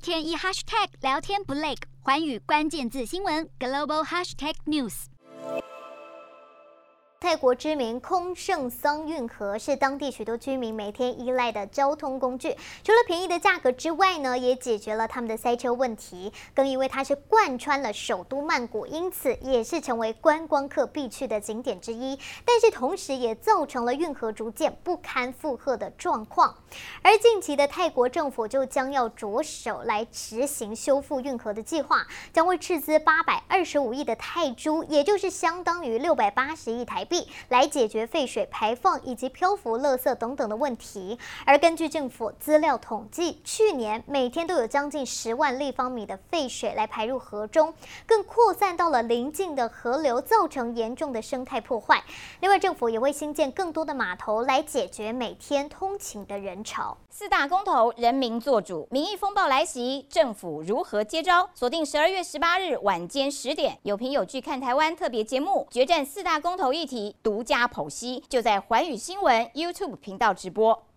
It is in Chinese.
天一 hashtag 聊天不累，寰宇关键字新闻 global hashtag news。 泰国知名空圣桑运河是当地许多居民每天依赖的交通工具。除了便宜的价格之外呢，也解决了他们的塞车问题。更因为它是贯穿了首都曼谷，因此也是成为观光客必去的景点之一。但是同时也造成了运河逐渐不堪负荷的状况。而近期的泰国政府就将要着手来执行修复运河的计划，将会斥资825亿的泰铢，也就是相当于680亿台币。来解决废水排放以及漂浮垃圾等等的问题。而根据政府资料统计，去年每天都有将近10万立方米的废水来排入河中，更扩散到了邻近的河流，造成严重的生态破坏。另外，政府也会新建更多的码头来解决每天通勤的人潮。 4大公投，人民做主，民意风暴来袭，政府如何接招？锁定12月18日晚间10点，有凭有据看台湾特别节目，决战4大公投议题。独家剖析，就在寰宇新闻 YouTube 频道直播。